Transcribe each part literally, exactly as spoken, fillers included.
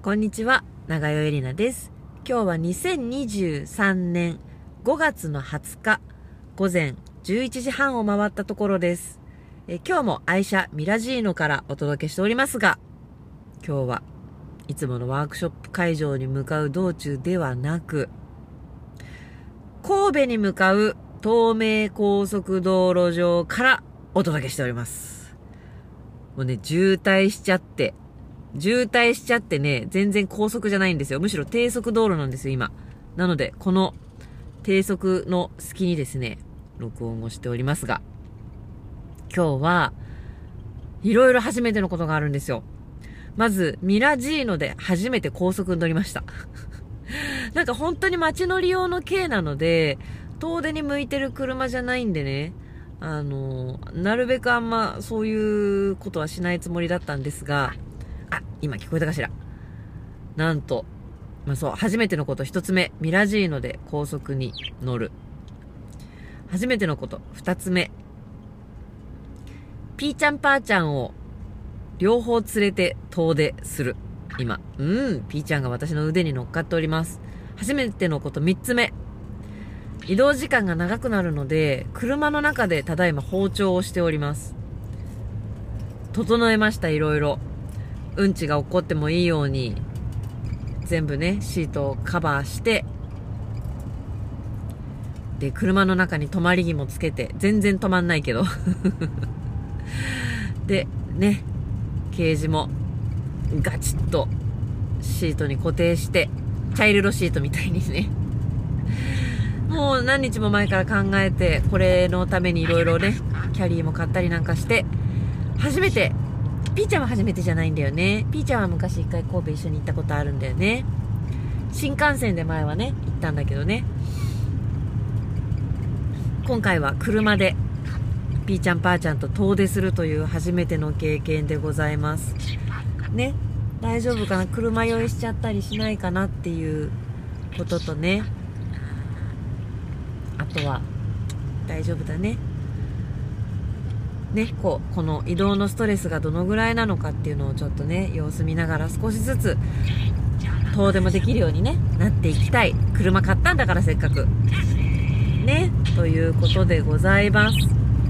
こんにちは、長代絵里奈です。今日はにせんにじゅうさんねんごがつのはつか午前じゅういちじはんを回ったところです。え今日も愛車ミラジーノからお届けしておりますが、今日はいつものワークショップ会場に向かう道中ではなく、神戸に向かう東名高速道路上からお届けしております。もうね、渋滞しちゃって、渋滞しちゃってね、全然高速じゃないんですよ。むしろ低速道路なんですよ、今。なので、この低速の隙にですね、録音をしておりますが、今日はいろいろ初めてのことがあるんですよ。まず、ミラジーノで初めて高速に乗りました。なんか本当に街乗り用の軽なので、遠出に向いてる車じゃないんでね、あの、なるべくあんまそういうことはしないつもりだったんですが、あ、今聞こえたかしら。なんと、まあそう、初めてのこと一つ目、ミラジーノで高速に乗る。初めてのこと二つ目、ピーちゃんパーちゃんを両方連れて遠出する。今、うん、ピーちゃんが私の腕に乗っかっております。初めてのこと三つ目、移動時間が長くなるので、車の中でただいま包丁をしております。整えました、いろいろ。うんちが起こってもいいように全部ねシートをカバーして、で車の中に止まり木もつけて、全然止まんないけどでね、ケージもガチッとシートに固定して、チャイルドシートみたいにねもう何日も前から考えて、これのためにいろいろねキャリーも買ったりなんかして、初めて、ピーちゃんは初めてじゃないんだよね。ピーちゃんは昔一回神戸一緒に行ったことあるんだよね。新幹線で前はね行ったんだけどね、今回は車でピーちゃんパーちゃんと遠出するという初めての経験でございますね。大丈夫かな、車酔いしちゃったりしないかなっていうこととね、あとは大丈夫だねね、こう、この移動のストレスがどのぐらいなのかっていうのをちょっとね、様子見ながら少しずつ遠出もできるようにね、なっていきたい。車買ったんだからせっかく。ね、ということでございます。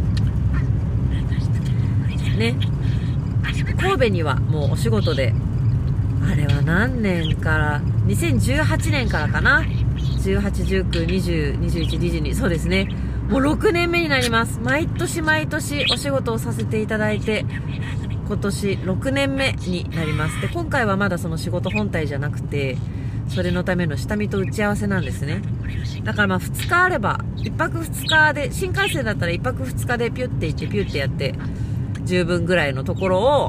ね、神戸にはもうお仕事で、あれは何年から、にせんじゅうはちねんからかな。じゅうはち、じゅうきゅう、にじゅう、にじゅういち、にじゅうに、そうですね。もうろくねんめになります。毎年毎年お仕事をさせていただいて、今年ろくねんめになります。で、今回はまだその仕事本体じゃなくて、それのための下見と打ち合わせなんですね。だからまあふつかあれば、いっぱくふつかで、新幹線だったらいっぱくふつかでピュッて行ってピュッてやって十分ぐらいのところを、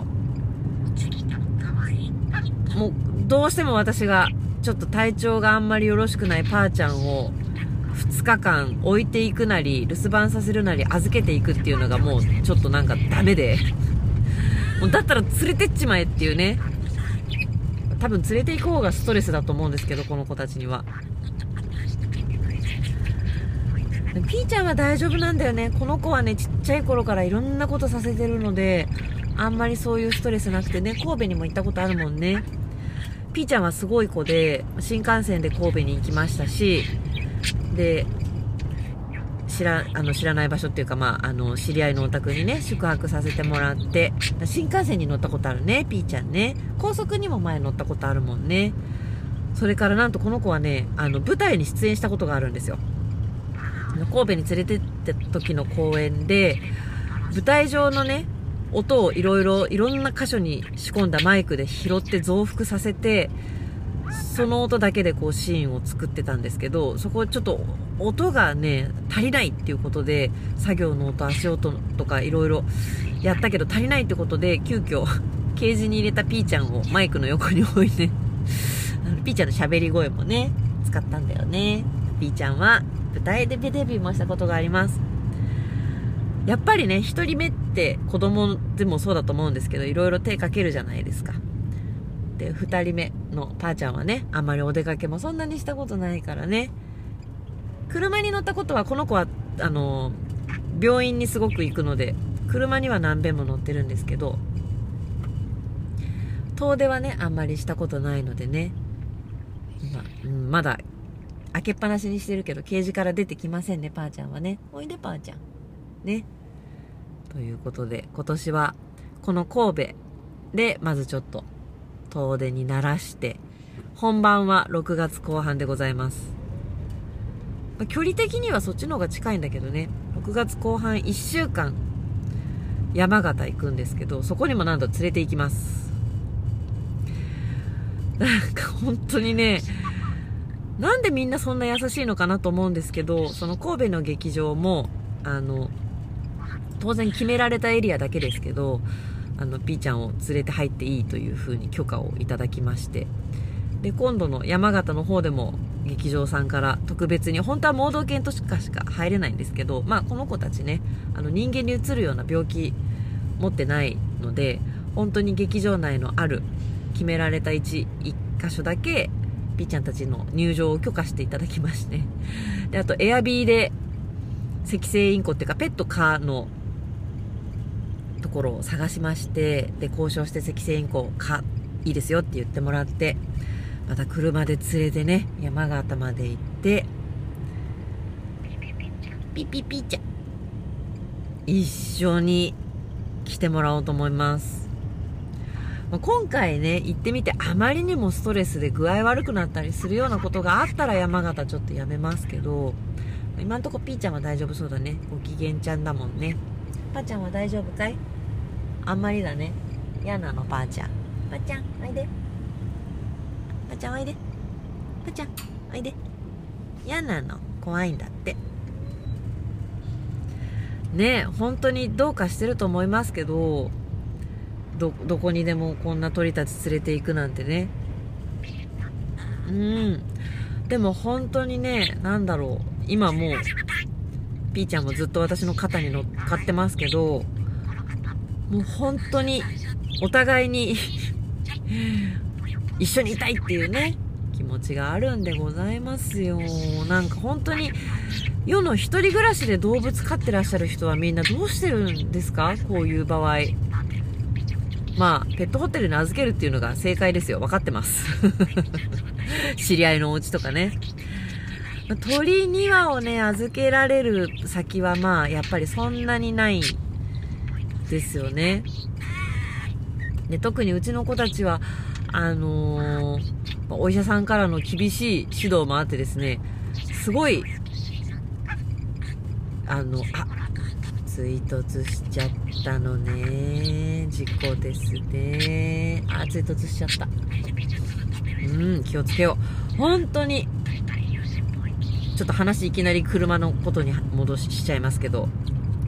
もうどうしても私がちょっと体調があんまりよろしくないパーちゃんをふつかかん置いていくなり留守番させるなり預けていくっていうのがもうちょっとなんかダメでもうだったら連れてっちまえっていうね、多分連れて行く方がストレスだと思うんですけど、この子たちには。ピーちゃんは大丈夫なんだよね。この子はね、ちっちゃい頃からいろんなことさせてるので、あんまりそういうストレスなくてね、神戸にも行ったことあるもんね。ピーちゃんはすごい子で、新幹線で神戸に行きましたし、で知ら、あの知らない場所っていうか、まあ、あの知り合いのお宅にね宿泊させてもらって、新幹線に乗ったことあるね、ピーちゃんね。高速にも前乗ったことあるもんね。それからなんとこの子はね、あの舞台に出演したことがあるんですよ。神戸に連れてって時の公演で、舞台上のね音をいろいろいろんな箇所に仕込んだマイクで拾って増幅させて、その音だけでこうシーンを作ってたんですけど、そこちょっと音がね足りないっていうことで、作業の音、足音とかいろいろやったけど足りないってことで、急遽ケージに入れたピーちゃんをマイクの横に置いてピーちゃんの喋り声もね使ったんだよね。ピーちゃんは舞台でデビューもしたことがあります。やっぱりね、一人目って子供でもそうだと思うんですけど、いろいろ手かけるじゃないですか。でふたりめのパーちゃんはね、あんまりお出かけもそんなにしたことないからね。車に乗ったことは、この子はあの病院にすごく行くので車には何遍も乗ってるんですけど、 遠出はねあんまりしたことないのでね、ま、うん、まだ開けっぱなしにしてるけどケージから出てきませんね、パーちゃんはね。おいでパーちゃんね。ということで今年はこの神戸でまずちょっと遠出に慣らして、本番はろくがつこう半でございます。まあ、距離的にはそっちの方が近いんだけどね、ろくがつこう半いっしゅうかん山形行くんですけど、そこにもなんと連れて行きます。なんか本当にね、なんでみんなそんな優しいのかなと思うんですけど、その神戸の劇場もあの当然決められたエリアだけですけど、あのピーちゃんを連れて入っていいという風に許可をいただきまして、で今度の山形の方でも劇場さんから特別に、本当は盲導犬としかしか入れないんですけど、まあこの子たちね、あの人間にうつるような病気持ってないので、本当に劇場内のある決められた 1, 1箇所だけピーちゃんたちの入場を許可していただきまして、であとエアビーで赤星インコっていうかペット科のところを探しまして、で交渉して赤星インコかいいですよって言ってもらって、また車で連れてね山形まで行って、ピピピちゃん一緒に来てもらおうと思います。今回ね行ってみて、あまりにもストレスで具合悪くなったりするようなことがあったら山形ちょっとやめますけど、今んとこピーちゃんは大丈夫そうだね。ご機嫌ちゃんだもんね。パーちゃんは大丈夫かい？あんまりだね。嫌なのパーちゃん。パーちゃんおいで。パーちゃんおいで。パーちゃんおいで。嫌なの。怖いんだってね。え本当にどうかしてると思いますけど、ど, どこにでもこんな鳥たち連れて行くなんてね。うんでも本当にね、なんだろう、今もうピーちゃんもずっと私の肩に乗っかってますけど、もう本当にお互いに一緒にいたいっていうね気持ちがあるんでございますよ。なんか本当に世の一人暮らしで動物飼ってらっしゃる人はみんなどうしてるんですか？こういう場合、まあペットホテルに預けるっていうのが正解ですよ。分かってます知り合いのお家とかね。鳥にわをね預けられる先はまあやっぱりそんなにないですよね。で特にうちの子たちはあのー、お医者さんからの厳しい指導もあってですね、すごいあのあ追突しちゃったのね。事故ですね。あ追突しちゃった。うん気をつけよう本当に。ちょっと話いきなり車のことに戻しちゃいますけど、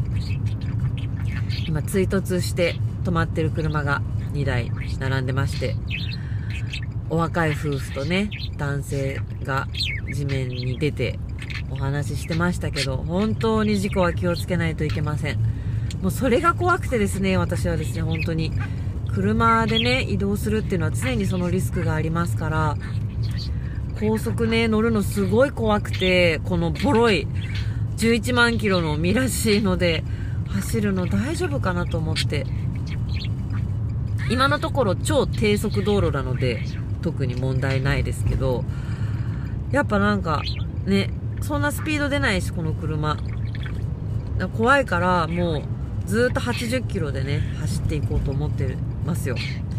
今追突して止まってる車がにだい並んでまして、お若い夫婦とね男性が地面に出てお話ししてましたけど、本当に事故は気をつけないといけません。もうそれが怖くてですね、私はですね本当に車でね移動するっていうのは常にそのリスクがありますから、高速ね乗るのすごい怖くて、このボロいじゅういちまんキロの海らしいので走るの大丈夫かなと思って、今のところ超低速道路なので特に問題ないですけど、やっぱなんかねそんなスピード出ないしこの車怖いから、もうずっとはちじゅっキロでね走っていこうと思ってますよ。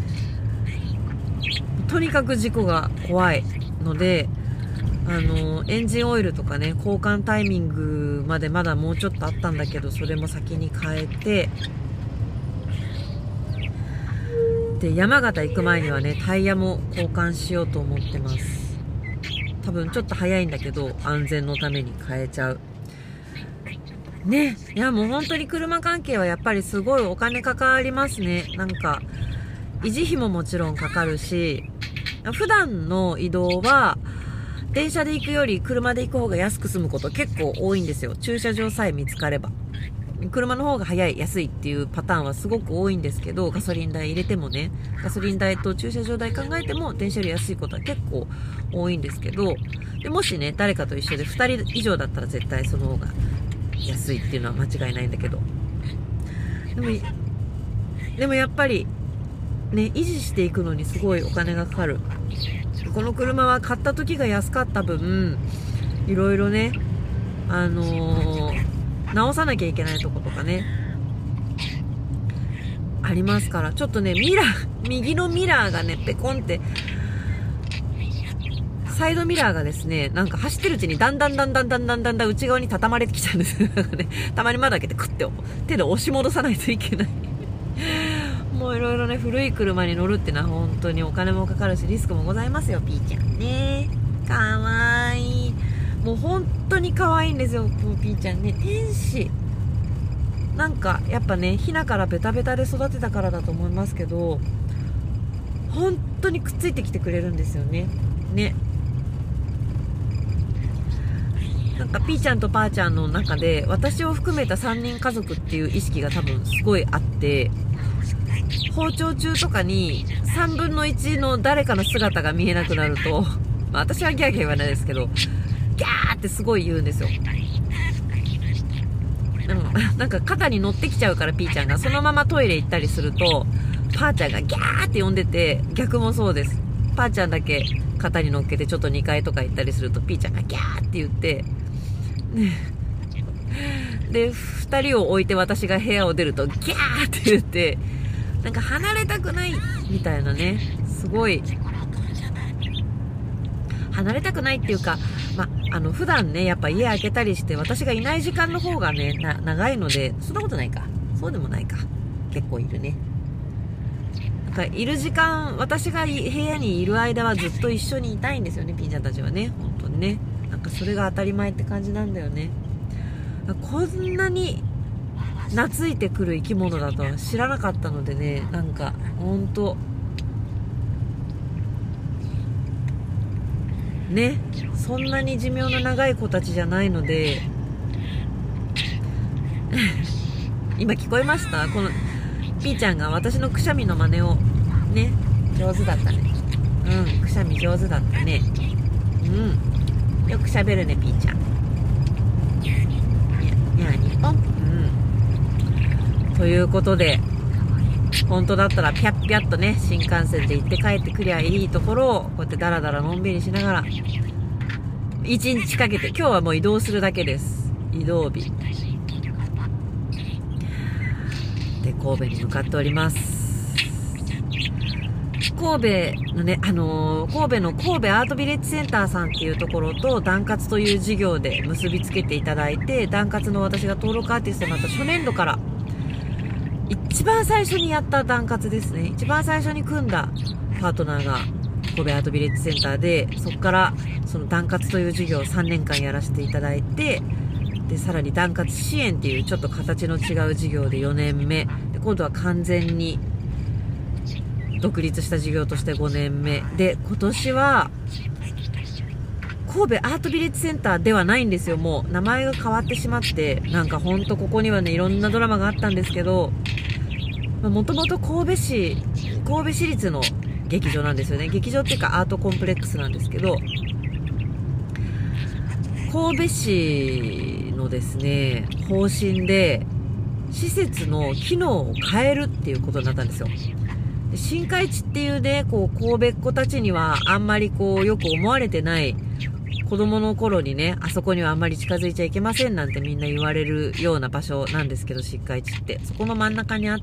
とにかく事故が怖いので、あのエンジンオイルとかね交換タイミングまでまだもうちょっとあったんだけど、それも先に変えて、で山形行く前にはねタイヤも交換しようと思ってます。多分ちょっと早いんだけど安全のために変えちゃうね。いやもう本当に車関係はやっぱりすごいお金かかりますね。なんか維持費ももちろんかかるし、普段の移動は電車で行くより車で行く方が安く済むこと結構多いんですよ。駐車場さえ見つかれば。車の方が早い安いっていうパターンはすごく多いんですけど、ガソリン代入れてもね、ガソリン代と駐車場代考えても電車より安いことは結構多いんですけど、でもしね誰かと一緒でふたり以上だったら絶対その方が安いっていうのは間違いないんだけど、でもでもやっぱりね、維持していくのにすごいお金がかかる。この車は買った時が安かった分、いろいろね、あのー、直さなきゃいけないとことかね、ありますから、ちょっとね、ミラー、右のミラーがね、ペコンって、サイドミラーがですね、なんか走ってるうちにだんだんだんだんだんだんだんだん内側に畳まれてきちゃうんですよ。なんかね、たまに窓開けてクッて手で押し戻さないといけない。もういろいろね、古い車に乗るってのは本当にお金もかかるし、リスクもございますよ、ピーちゃんね。かわいい。もう本当に可愛いんですよ、ピーちゃんね。天使。なんか、やっぱね、ひなからベタベタで育てたからだと思いますけど、本当にくっついてきてくれるんですよね。ね。なんかピーちゃんとパーちゃんの中で私を含めたさんにん家族っていう意識が多分すごいあって、放鳥中とかにさんぶんのいちの誰かの姿が見えなくなると、まあ、私はギャーギャー言わないですけど、ギャーってすごい言うんですよ。なんか肩に乗ってきちゃうから、ピーちゃんがそのままトイレ行ったりするとパーちゃんがギャーって呼んでて、逆もそうです。パーちゃんだけ肩に乗っけてちょっとにかいとか行ったりするとピーちゃんがギャーって言ってね、でふたりを置いて私が部屋を出るとギャーって言って、なんか離れたくないみたいなね、すごい離れたくないっていうか、ま、あの普段ねやっぱ家開けたりして私がいない時間の方がねな長いので、そんなことないか、そうでもないか、結構いるね。なんかいる時間、私が部屋にいる間はずっと一緒にいたいんですよね、ピーちゃんたちはね、本当にね。なんかそれが当たり前って感じなんだよね。こんなに懐いてくる生き物だとは知らなかったのでね、なんかほんとね、そんなに寿命の長い子たちじゃないので今聞こえました？このピーちゃんが私のくしゃみの真似をね、上手だったね。うん、くしゃみ上手だったね。うん、よく喋るね、ピーちゃん。にゃにゃにぽん。うん。ということで、本当だったらピャッピャッとね、新幹線で行って帰ってくりゃいいところを、こうやってダラダラのんびりしながら、一日かけて、今日はもう移動するだけです。移動日。で、神戸に向かっております。神戸のね、あのー、神戸の神戸アートビレッジセンターさんっていうところとダンカツという事業で結びつけていただいて、ダンカツの私が登録アーティストになった初年度から一番最初にやったダンカツですね。一番最初に組んだパートナーが神戸アートビレッジセンターで、そこからそのダンカツという事業をさんねんかんやらせていただいて、でさらにダンカツ支援っていうちょっと形の違う事業でよねんめで、今度は完全に独立した事業としてごねんめで、今年は神戸アートビレッジセンターではないんですよ。もう名前が変わってしまって、なんかほんとここにはねいろんなドラマがあったんですけど、もともと神戸市神戸市立の劇場なんですよね。劇場っていうかアートコンプレックスなんですけど、神戸市のですね方針で施設の機能を変えるっていうことになったんですよ。で新海地っていうね、こう神戸っ子たちにはあんまりこうよく思われてない、子供の頃にね、あそこにはあんまり近づいちゃいけませんなんてみんな言われるような場所なんですけど、新海地ってそこの真ん中にあって、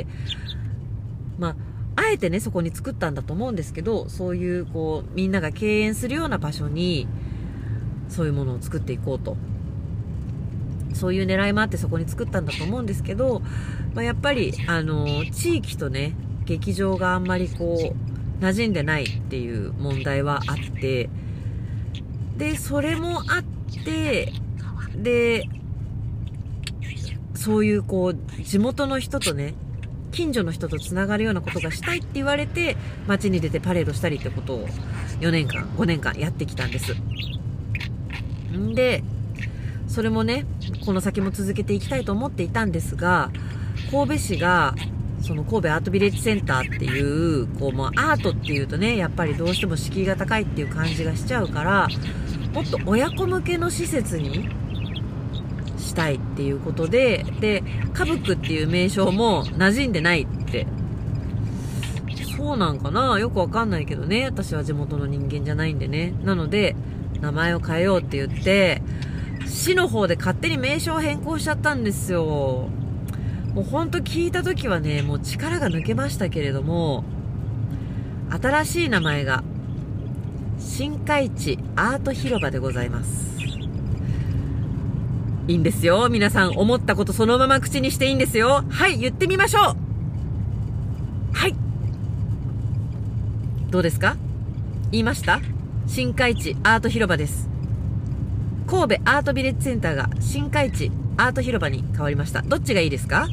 まああえてねそこに作ったんだと思うんですけど、そういうこうみんなが敬遠するような場所にそういうものを作っていこうと、そういう狙いもあってそこに作ったんだと思うんですけど、まあ、やっぱりあの地域とね劇場があんまりこう馴染んでないっていう問題はあって、でそれもあって、でそういうこう地元の人とね近所の人とつながるようなことがしたいって言われて、街に出てパレードしたりってことをよねんかんごねんかんやってきたんです。んでそれもねこの先も続けていきたいと思っていたんですが、神戸市がその神戸アートビレッジセンターっていう、こうもうアートっていうとねやっぱりどうしても敷居が高いっていう感じがしちゃうから、もっと親子向けの施設にしたいっていうことで、でカブクっていう名称も馴染んでないって、 そうなんかな、よくわかんないけどね。私は地元の人間じゃないんでね。なので、名前を変えようって言って、市の方で勝手に名称を変更しちゃったんですよ。もうほんと聞いた時はね、もう力が抜けましたけれども、新しい名前が、新海地アート広場でございます。いいんですよ。皆さん思ったことそのまま口にしていいんですよ。はい、言ってみましょう。はい。どうですか？言いました？新海地アート広場です。神戸アートビレッジセンターが新海地アート広場に変わりました。どっちがいいですか？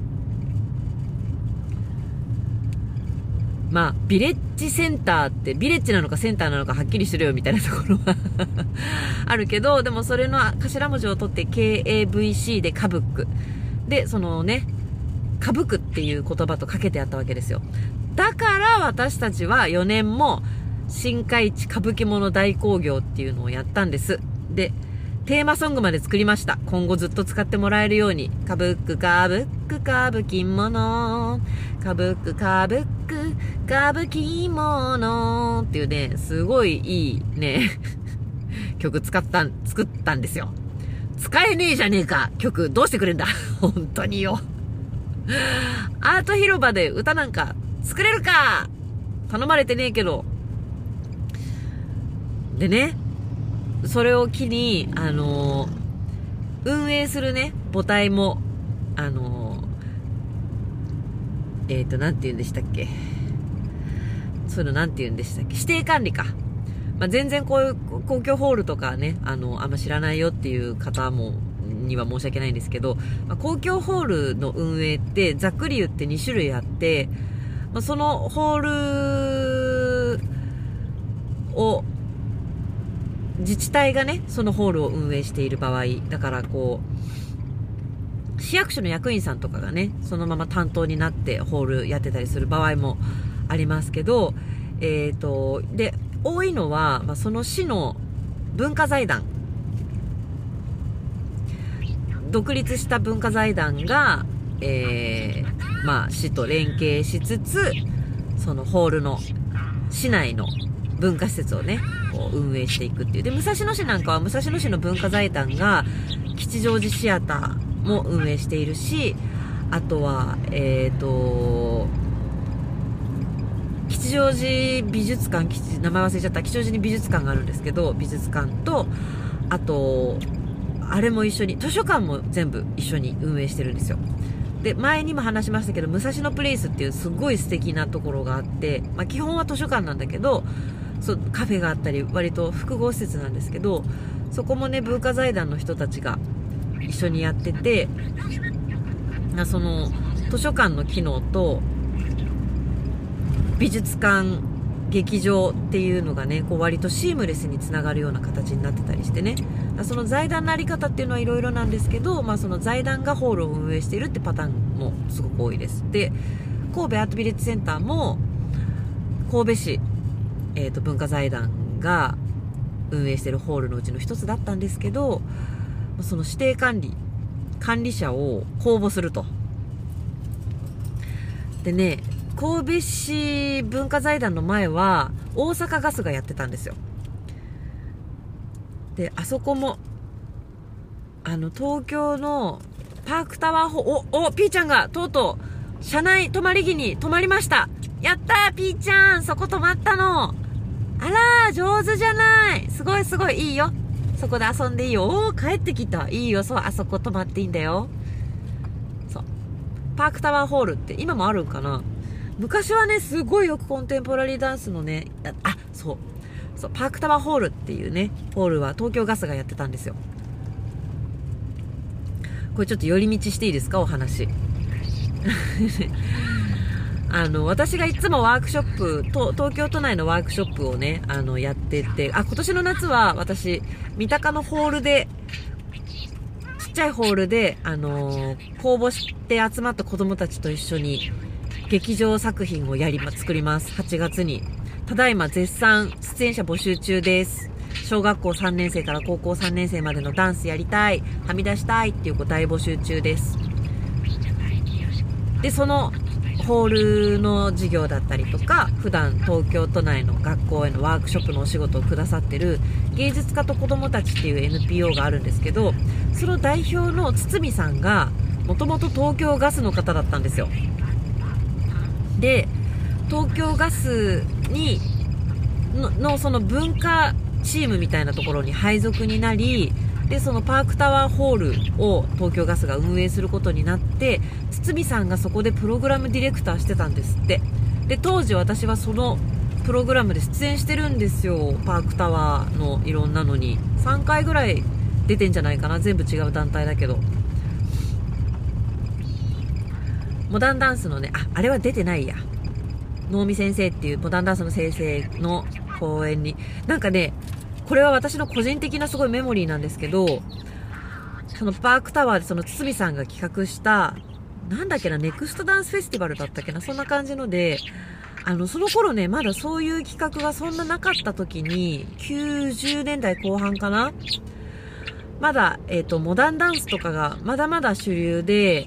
まあ、ビレッジセンターってビレッジなのかセンターなのかはっきりしろよみたいなところはあるけど、でもそれの頭文字を取って ケーエーブイシー でカブック。で、そのね、かぶくっていう言葉とかけてあったわけですよ。だから私たちはよねんも新海地歌舞伎物大興行っていうのをやったんです。で、テーマソングまで作りました。今後ずっと使ってもらえるように。かぶくかぶく歌舞伎物。かぶくかぶく歌舞伎物っていうね、すごいいいね、曲使った、作ったんですよ。使えねえじゃねえか。曲どうしてくれんだ。本当によ。アート広場で歌なんか作れるか。頼まれてねえけど。でね、それを機に、あのー、運営するね、母体も、あのー、えっと、なんて言うんでしたっけ。そういうのなんて言うんでしたっけ。指定管理か。まあ、全然こういう公共ホールとかね、あの、あんま知らないよっていう方も、には申し訳ないんですけど、まあ、公共ホールの運営ってざっくり言ってに種類あって、まあ、そのホールを自治体がね、そのホールを運営している場合、だからこう、市役所の役員さんとかがね、そのまま担当になってホールやってたりする場合もありますけど、えっと、で、多いのは、まあ、その市の文化財団、独立した文化財団が、えー、まあ、市と連携しつつ、そのホールの、市内の文化施設をね、こう運営していくっていう。で、武蔵野市なんかは武蔵野市の文化財団が、吉祥寺シアターも運営しているし、あとは、えっと、吉祥寺美術館、名前忘れちゃった、吉祥寺に美術館があるんですけど、美術館と、あと、あれも一緒に、図書館も全部一緒に運営してるんですよ。で、前にも話しましたけど、武蔵野プレイスっていうすごい素敵なところがあって、まあ基本は図書館なんだけど、そうカフェがあったり、割と複合施設なんですけど、そこもね、文化財団の人たちが一緒にやってて、その、図書館の機能と、美術館、劇場っていうのがね、こう割とシームレスにつながるような形になってたりしてね。その財団のあり方っていうのはいろいろなんですけど、まあその財団がホールを運営しているってパターンもすごく多いです。で、神戸アートビレッジセンターも、神戸市、えっと、文化財団が運営しているホールのうちの一つだったんですけど、その指定管理、管理者を公募すると。でね、神戸市文化財団の前は大阪ガスがやってたんですよ。で、あそこもあの東京のパークタワーホおおピーちゃんがとうとう車内泊まり着に泊まりました。やったーピーちゃん、そこ泊まったの。あらー上手じゃない。すごいすごいいいよ。そこで遊んでいいよ。おー帰ってきた。いいよ。そうあそこ泊まっていいんだよ。そうパークタワーホールって今もあるんかな。昔はね、すごいよくコンテンポラリーダンスのね、あ、そう、そう、パークタワーホールっていうね、ホールは東京ガスがやってたんですよ。これちょっと寄り道していいですか、お話。あの、私がいつもワークショップ、と東京都内のワークショップをね、あの、やってて、あ、今年の夏は私、三鷹のホールで、ちっちゃいホールで、あのー、公募して集まった子供たちと一緒に、劇場作品をやりま、作ります。はちがつに。ただいま絶賛出演者募集中です。小学校さんねん生から高校さんねん生までのダンスやりたい、はみ出したいっていう子大募集中です。で、そのホールの授業だったりとか、普段東京都内の学校へのワークショップのお仕事をくださってる芸術家と子どもたちっていう エヌピーオー があるんですけど、その代表の堤さんがもともと東京ガスの方だったんですよ。で、東京ガスに の, のその文化チームみたいなところに配属になり、でそのパークタワーホールを東京ガスが運営することになって、堤さんがそこでプログラムディレクターしてたんですって。で当時私はそのプログラムで出演してるんですよ。パークタワーのいろんなのにさんかいぐらい出てんじゃないかな、全部違う団体だけど。モダンダンスのね、あ、あれは出てないや、能見先生っていうモダンダンスの先生の講演に、なんかね、これは私の個人的なすごいメモリーなんですけど、そのパークタワーでその堤さんが企画したなんだっけな、ネクストダンスフェスティバルだったっけな、そんな感じので、あのその頃ね、まだそういう企画がそんななかった時に、きゅうじゅうねんだいこう半かな、まだ、えっと、モダンダンスとかがまだまだ主流で、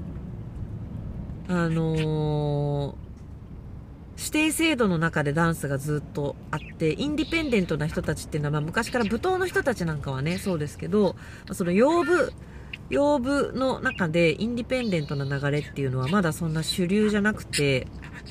あのー指定制度の中でダンスがずっとあって、インディペンデントな人たちっていうのは、まあ、昔から舞踏の人たちなんかはねそうですけど、その洋舞洋舞の中でインディペンデントな流れっていうのはまだそんな主流じゃなくて、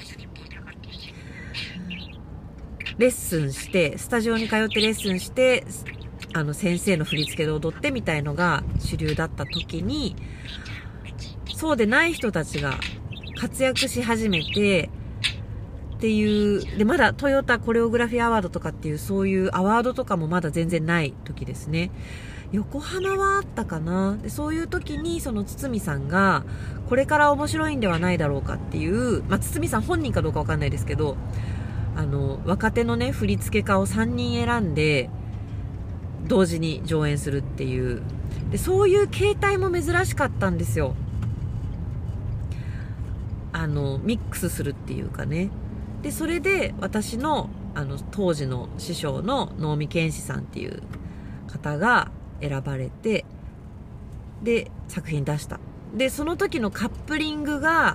レッスンしてスタジオに通ってレッスンして、あの先生の振り付けで踊ってみたいのが主流だった時に、そうでない人たちが活躍し始めてっていう、でまだトヨタコレオグラフィーアワードとかっていうそういうアワードとかもまだ全然ない時ですね。横浜はあったかな。でそういう時にその堤さんがこれから面白いんではないだろうかっていう、まあ、堤さん本人かどうかわかんないですけど、あの若手のね振付家をさんにん選んで同時に上演するっていう、でそういう形態も珍しかったんですよ。あのミックスするっていうかね。でそれで私のあの当時の師匠の能見健志さんっていう方が選ばれて、で作品出した。でその時のカップリングが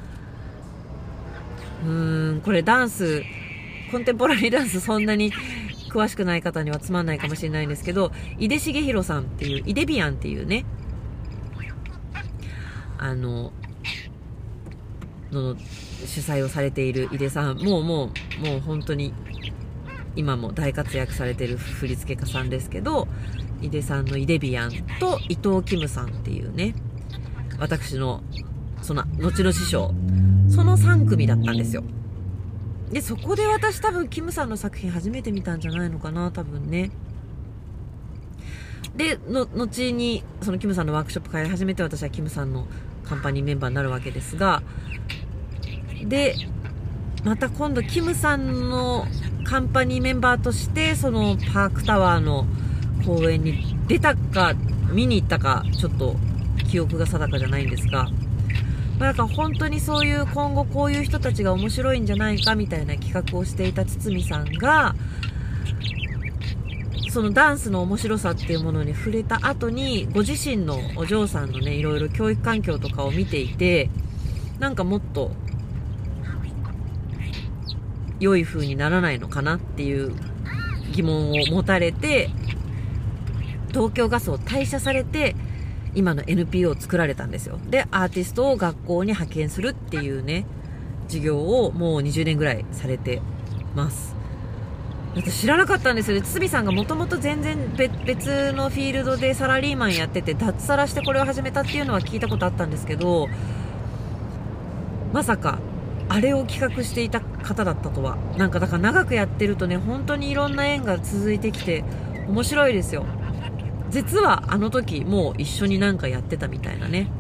うーんこれダンスコンテンポラリーダンスそんなに詳しくない方にはつまんないかもしれないんですけど、井出重弘さんっていうイデビアンっていうね、あのの主催をされている井出さん、もうもうもう本当に今も大活躍されている振付家さんですけど、井出さんのイデビアンと伊藤キムさんっていうね、私のその後の師匠、そのさん組だったんですよ。でそこで私多分キムさんの作品初めて見たんじゃないのかな、多分ね。での後にそのキムさんのワークショップ通い始めて、私はキムさんのカンパニーメンバーになるわけですが、でまた今度キムさんのカンパニーメンバーとしてそのパークタワーの公演に出たか見に行ったかちょっと記憶が定かじゃないんですが、なんか本当にそういう今後こういう人たちが面白いんじゃないかみたいな企画をしていた堤さんが、そのダンスの面白さっていうものに触れた後に、ご自身のお嬢さんのねいろいろ教育環境とかを見ていて、なんかもっと良い風にならないのかなっていう疑問を持たれて、東京ガスを退社されて今の エヌピーオー を作られたんですよ。でアーティストを学校に派遣するっていうね授業をもうにじゅうねんぐらいされてます。私知らなかったんですよね。堤さんがもともと全然別のフィールドでサラリーマンやってて脱サラしてこれを始めたっていうのは聞いたことあったんですけど、まさかあれを企画していた方だったとは。なんかだから長くやってるとね本当にいろんな縁が続いてきて面白いですよ。実はあの時もう一緒になんかやってたみたいなね。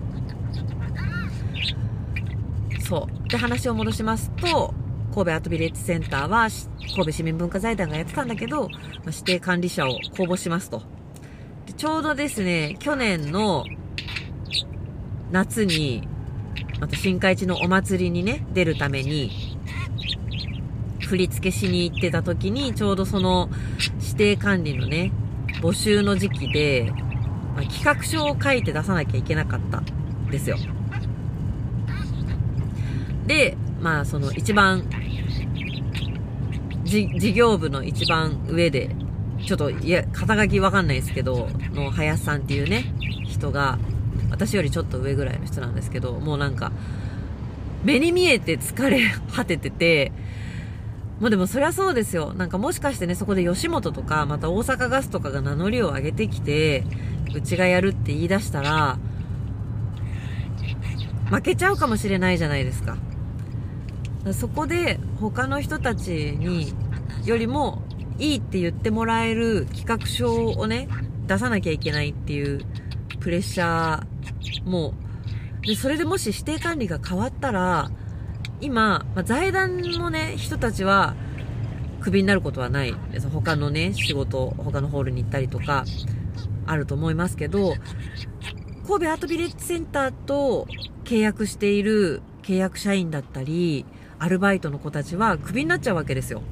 そうで話を戻しますと、神戸アートビレッジセンターは神戸市民文化財団がやってたんだけど、まあ、指定管理者を公募しますと。でちょうどですね去年の夏にまた新海地のお祭りにね出るために振り付けしに行ってた時に、ちょうどその指定管理のね募集の時期で、まあ、企画書を書いて出さなきゃいけなかったんですよ。 で、まあその一番事業部の一番上で、ちょっといや肩書きわかんないですけどの林さんっていうね人が、私よりちょっと上ぐらいの人なんですけど、もうなんか目に見えて疲れ果ててて、もうでもそりゃそうですよ。なんかもしかしてね、そこで吉本とかまた大阪ガスとかが名乗りを上げてきて、うちがやるって言い出したら負けちゃうかもしれないじゃないですか。そこで他の人たちによりもいいって言ってもらえる企画書をね出さなきゃいけないっていうプレッシャーもで、それでもし指定管理が変わったら、今、まあ、財団のね人たちはクビになることはない、他のね仕事、他のホールに行ったりとかあると思いますけど、神戸アートビレッジセンターと契約している契約社員だったりアルバイトの子たちはクビになっちゃうわけですよ。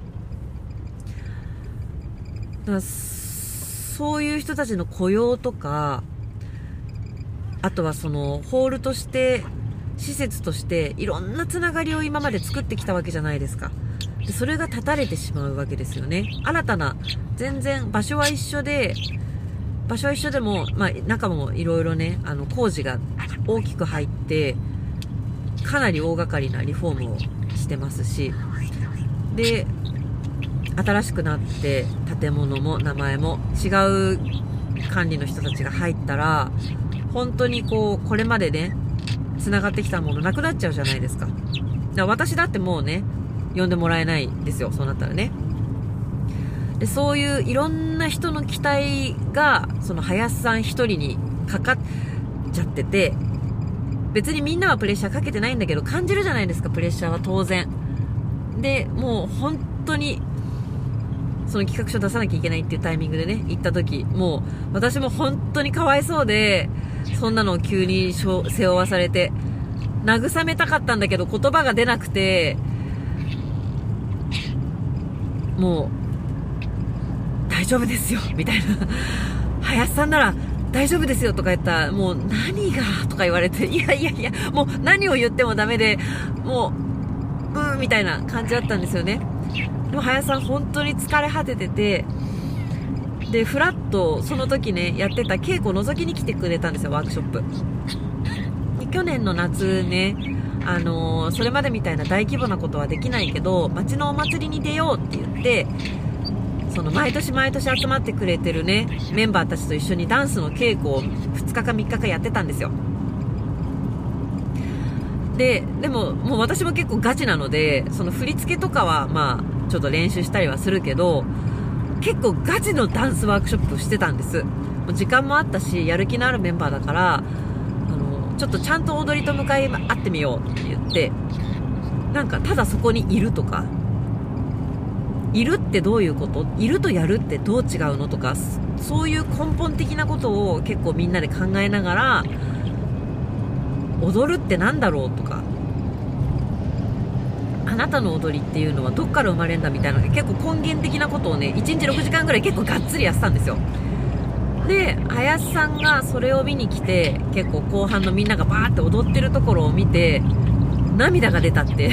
だからそういう人たちの雇用とか、あとはそのホールとして施設としていろんなつながりを今まで作ってきたわけじゃないですか。でそれが断たれてしまうわけですよね。新たな、全然場所は一緒で場所は一緒でも、まあ、中もいろいろねあの工事が大きく入ってかなり大掛かりなリフォームをしてますし、で新しくなって建物も名前も違う管理の人たちが入ったら、本当にこうこれまでねつながってきたものなくなっちゃうじゃないですか。だから私だってもうね呼んでもらえないですよ、そうなったらね。でそういういろんな人の期待がその林さん一人にかかっちゃってて、別にみんなはプレッシャーかけてないんだけど感じるじゃないですか、プレッシャーは当然で。もう本当にその企画書出さなきゃいけないっていうタイミングでね行った時、もう私も本当にかわいそうで、そんなのを急に背負わされて慰めたかったんだけど言葉が出なくて、もう大丈夫ですよみたいな、林さんなら大丈夫ですよとか言ったら、もう何がとか言われて、いやいやいやもう何を言ってもダメで、もううーみたいな感じだったんですよね。でも林さん本当に疲れ果ててて、でフラッとその時ねやってた稽古を覗きに来てくれたんですよ、ワークショップ。去年の夏ね、あのー、それまでみたいな大規模なことはできないけど街のお祭りに出ようって言って、その毎年毎年集まってくれてるねメンバーたちと一緒にダンスの稽古をふつかかみっかかやってたんですよ。ででももう私も結構ガチなので、その振り付けとかはまあちょっと練習したりはするけど、結構ガチのダンスワークショップしてたんです。もう時間もあったしやる気のあるメンバーだから、あのちょっとちゃんと踊りと向かい合ってみようって言って、なんかただそこにいるとか、いるってどういうこと、いるとやるってどう違うのとか、そういう根本的なことを結構みんなで考えながら、踊るってなんだろうとか、あなたの踊りっていうのはどっから生まれるんだみたいな、結構根源的なことをねいちにちろくじかんぐらい結構がっつりやってたんですよ。で林さんがそれを見に来て、結構後半のみんながバーって踊ってるところを見て涙が出たって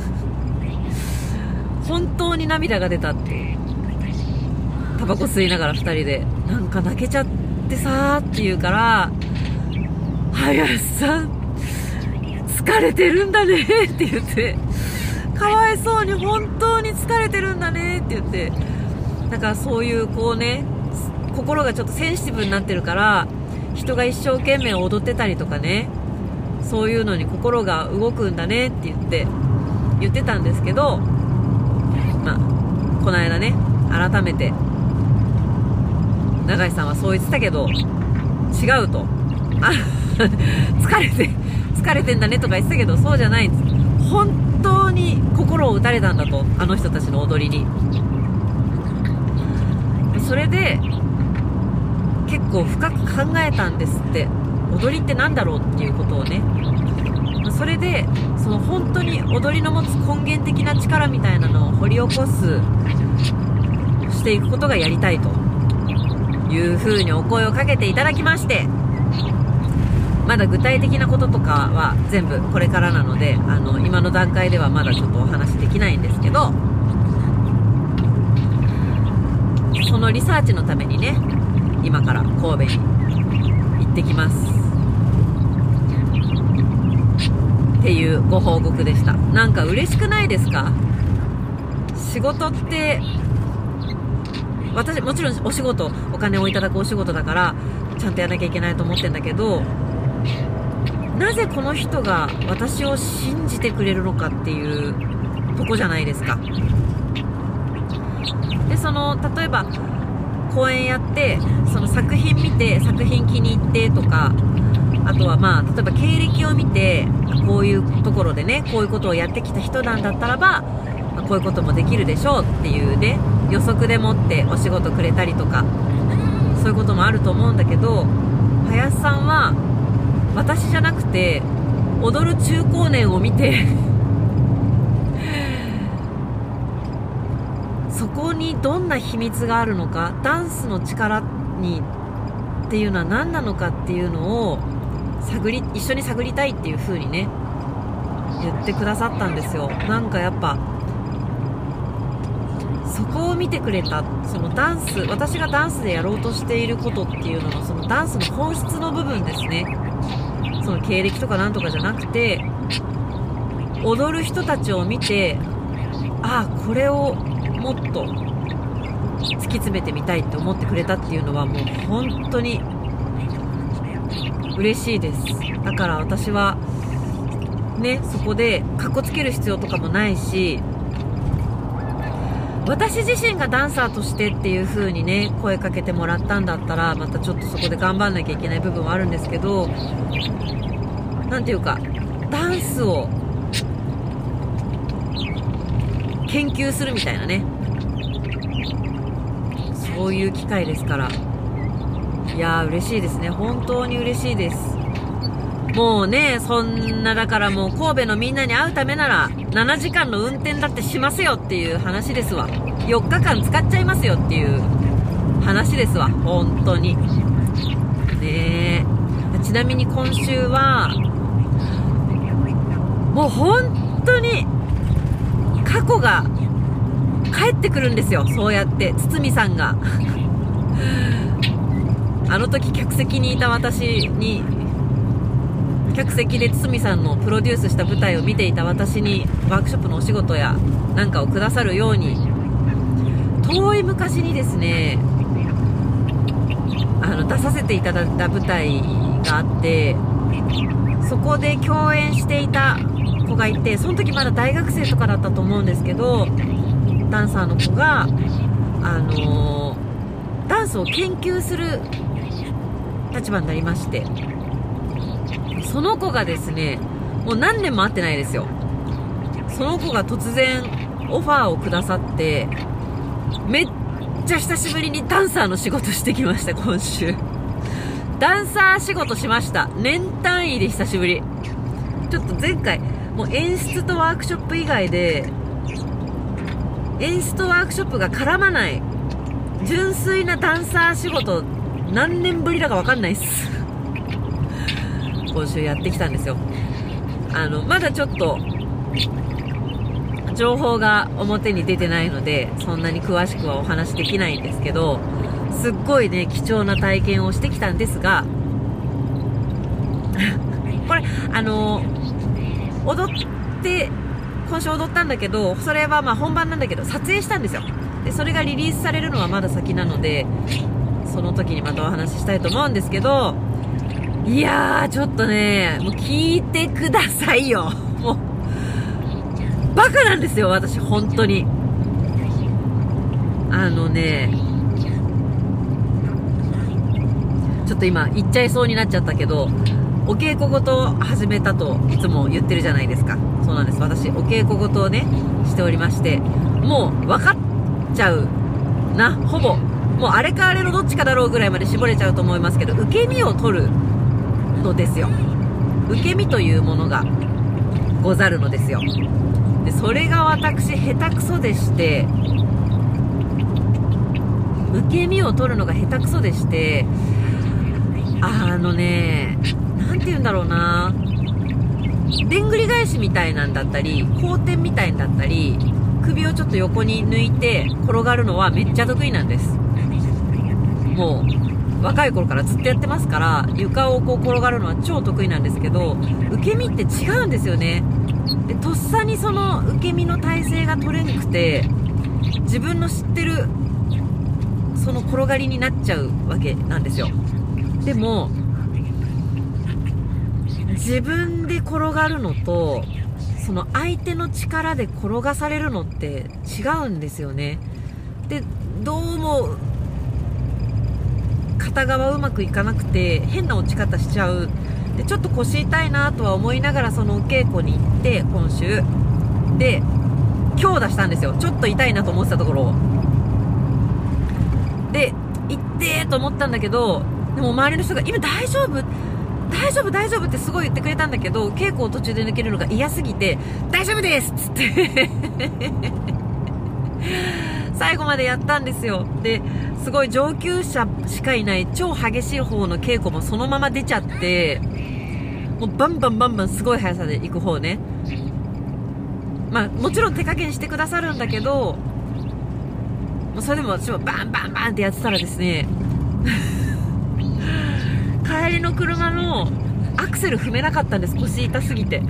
本当に涙が出たって、タバコ吸いながらふたりでなんか泣けちゃってさーって言うから、林さん疲れてるんだねって言って、かわいそうに本当に疲れてるんだねって言って、だからそういうこうね心がちょっとセンシティブになってるから、人が一生懸命踊ってたりとかね、そういうのに心が動くんだねって言って言ってたんですけど、まあこの間ね改めて永井さんはそう言ってたけど違うと、あ疲れて疲れてんだねとか言ってたけど、そうじゃないんです。本当に心を打たれたんだと、あの人たちの踊りに。それで結構深く考えたんですって、踊りってなんだろうっていうことをね。それでその本当に踊りの持つ根源的な力みたいなのを掘り起こすしていくことがやりたいというふうにお声をかけていただきまして、 まだ具体的なこととかは全部これからなので、あの今の段階ではまだちょっとお話できないんですけど、そのリサーチのためにね、今から神戸に行ってきますっていうご報告でした。なんか嬉しくないですか？仕事って私もちろんお仕事、お金をいただくお仕事だからちゃんとやらなきゃいけないと思ってんだけど、なぜこの人が私を信じてくれるのかっていうとこじゃないですか。で、その例えば公演やってその作品見て作品気に入ってとか、あとはまあ例えば経歴を見てこういうところでねこういうことをやってきた人なんだったらば、まあ、こういうこともできるでしょうっていうね予測でもってお仕事くれたりとか、そういうこともあると思うんだけど、林さんは私じゃなくて踊る中高年を見てそこにどんな秘密があるのか、ダンスの力にっていうのは何なのかっていうのを探り一緒に探りたいっていう風にね言ってくださったんですよ。なんかやっぱそこを見てくれた、そのダンス、私がダンスでやろうとしていることっていうののそのダンスの本質の部分ですね。その経歴とかなんとかじゃなくて、踊る人たちを見て、ああこれをもっと突き詰めてみたいって思ってくれたっていうのはもう本当に嬉しいです。だから私はね、そこでかっこつける必要とかもないし、私自身がダンサーとしてっていう風にね声かけてもらったんだったら、またちょっとそこで頑張んなきゃいけない部分はあるんですけど、なんていうかダンスを研究するみたいなね、そういう機会ですから、いやー嬉しいですね。本当に嬉しいです。もうね、そんなだからもう神戸のみんなに会うためならななじかんの運転だってしますよっていう話ですわ。よっかかん使っちゃいますよっていう話ですわ、本当にね。えちなみに今週はもう本当に過去が帰ってくるんですよ。そうやって堤さんがあの時客席にいた私に、客席で堤さんのプロデュースした舞台を見ていた私にワークショップのお仕事やなんかをくださるように、遠い昔にですねあの出させていただいた舞台があって、そこで共演していた子がいて、その時まだ大学生とかだったと思うんですけど、ダンサーの子が、あのー、ダンスを研究する立場になりまして、その子がですねもう何年も会ってないですよ。その子が突然オファーをくださって、めっちゃ久しぶりにダンサーの仕事してきました。今週ダンサー仕事しました。年単位で久しぶり。ちょっと前回もう演出とワークショップ以外で演出とワークショップが絡まない純粋なダンサー仕事何年ぶりだか分かんないっす今週やってきたんですよ。あのまだちょっと情報が表に出てないのでそんなに詳しくはお話できないんですけど、すっごいね貴重な体験をしてきたんですがこれあの踊って今週踊ったんだけど、それはまあ本番なんだけど撮影したんですよ。でそれがリリースされるのはまだ先なので、その時にまたお話ししたいと思うんですけど、いやーちょっとねもう聞いてくださいよ。もうバカなんですよ私本当に。あのねちょっと今言っちゃいそうになっちゃったけど、お稽古ごと始めたといつも言ってるじゃないですか。そうなんです、私お稽古ごとをねしておりまして、もう分かっちゃうな、ほぼもうあれかあれのどっちかだろうぐらいまで絞れちゃうと思いますけど、受け身を取るのですよ。受け身というものがござるのですよ。でそれが私下手くそでして、受け身を取るのが下手くそでして、あのねなんて言うんうんだろうな、でんぐり返しみたいなんだったり、後転みたいだったり、首をちょっと横に抜いて転がるのはめっちゃ得意なんです。もう若い頃からずっとやってますから、床をこう転がるのは超得意なんですけど、受け身って違うんですよね。で、とっさにその受け身の体勢が取れなくて、自分の知ってるその転がりになっちゃうわけなんですよ。でも自分で転がるのと、その相手の力で転がされるのって違うんですよね。で、どうも片側うまくいかなくて変な落ち方しちゃう。で、ちょっと腰痛いなとは思いながらそのお稽古に行って、今週で強打したんですよ。ちょっと痛いなと思ってたところをで、行ってーと思ったんだけど、でも周りの人が今大丈夫大丈夫大丈夫ってすごい言ってくれたんだけど、稽古を途中で抜けるのが嫌すぎて、大丈夫ですっつって最後までやったんですよ。で、すごい上級者しかいない超激しい方の稽古もそのまま出ちゃって、もうバンバンバンバンすごい速さで行く方ね。まあもちろん手加減してくださるんだけど、もうそれでも私もバンバンバンってやってたらですね帰りの車のアクセル踏めなかったんです。腰痛すぎて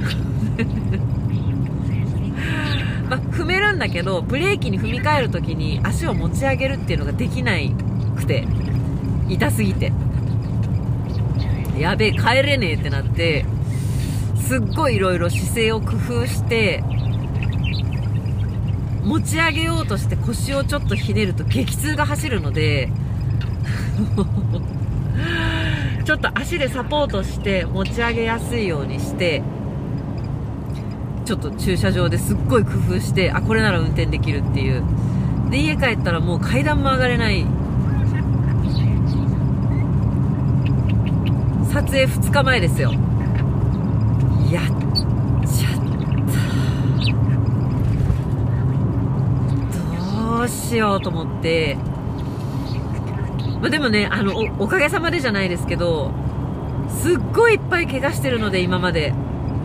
まあ、踏めるんだけど、ブレーキに踏み替えるときに足を持ち上げるっていうのができなくて、痛すぎてやべえ帰れねえってなって、すっごいいろいろ姿勢を工夫して持ち上げようとして腰をちょっとひねると激痛が走るのでちょっと足でサポートして持ち上げやすいようにして、ちょっと駐車場ですっごい工夫して、あ、これなら運転できるっていう。で、家帰ったらもう階段も上がれない。撮影ふつかまえですよ。やっちゃったどうしようと思って、まあ、でもね、あの お, おかげさまでじゃないですけど、すっごいいっぱい怪我してるので、今まで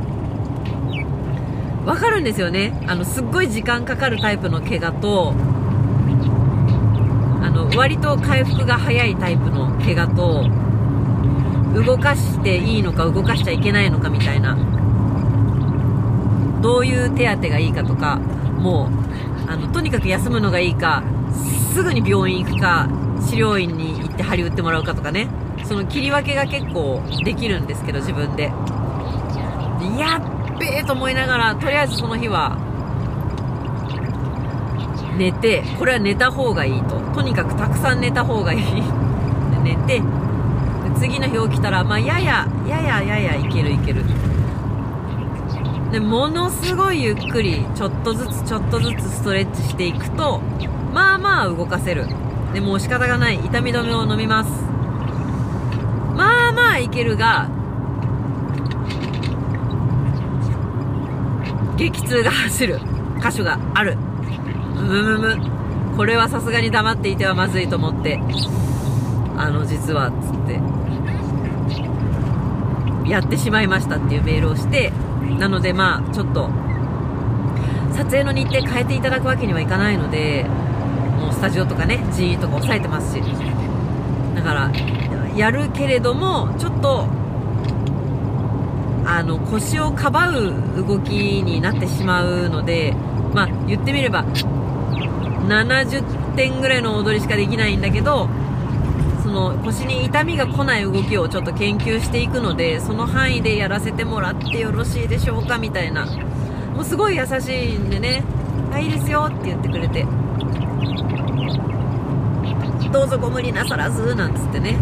わかるんですよね。あのすっごい時間かかるタイプの怪我と、あの割と回復が早いタイプの怪我と、動かしていいのか動かしちゃいけないのかみたいな、どういう手当てがいいかとか、もうあのとにかく休むのがいいか、すぐに病院行くか、治療院に行って針打ってもらうかとかね、その切り分けが結構できるんですけど、自分でやっべえと思いながら、とりあえずその日は寝て、これは寝た方がいいと、とにかくたくさん寝た方がいいで寝て、次の日起きたら、まあ、ややややややいけるいけるで、ものすごいゆっくりちょっとずつちょっとずつストレッチしていくと、まあまあ動かせる。でもう仕方がない、痛み止めを飲みます。まあまあいけるが、激痛が走る箇所がある。むむむ、これはさすがに黙っていてはまずいと思って、あの実はつってやってしまいましたっていうメールをして、なのでまあちょっと撮影の日程変えていただくわけにはいかないので、もうスタジオとかね、人員とか抑えてますし、だからやるけれども、ちょっとあの腰をかばう動きになってしまうので、まあ言ってみればななじゅってんぐらいの踊りしかできないんだけど、その腰に痛みが来ない動きをちょっと研究していくので、その範囲でやらせてもらってよろしいでしょうかみたいな、もうすごい優しいんでね、あ、いいですよって言ってくれて、どうぞご無理なさらずなんつってね。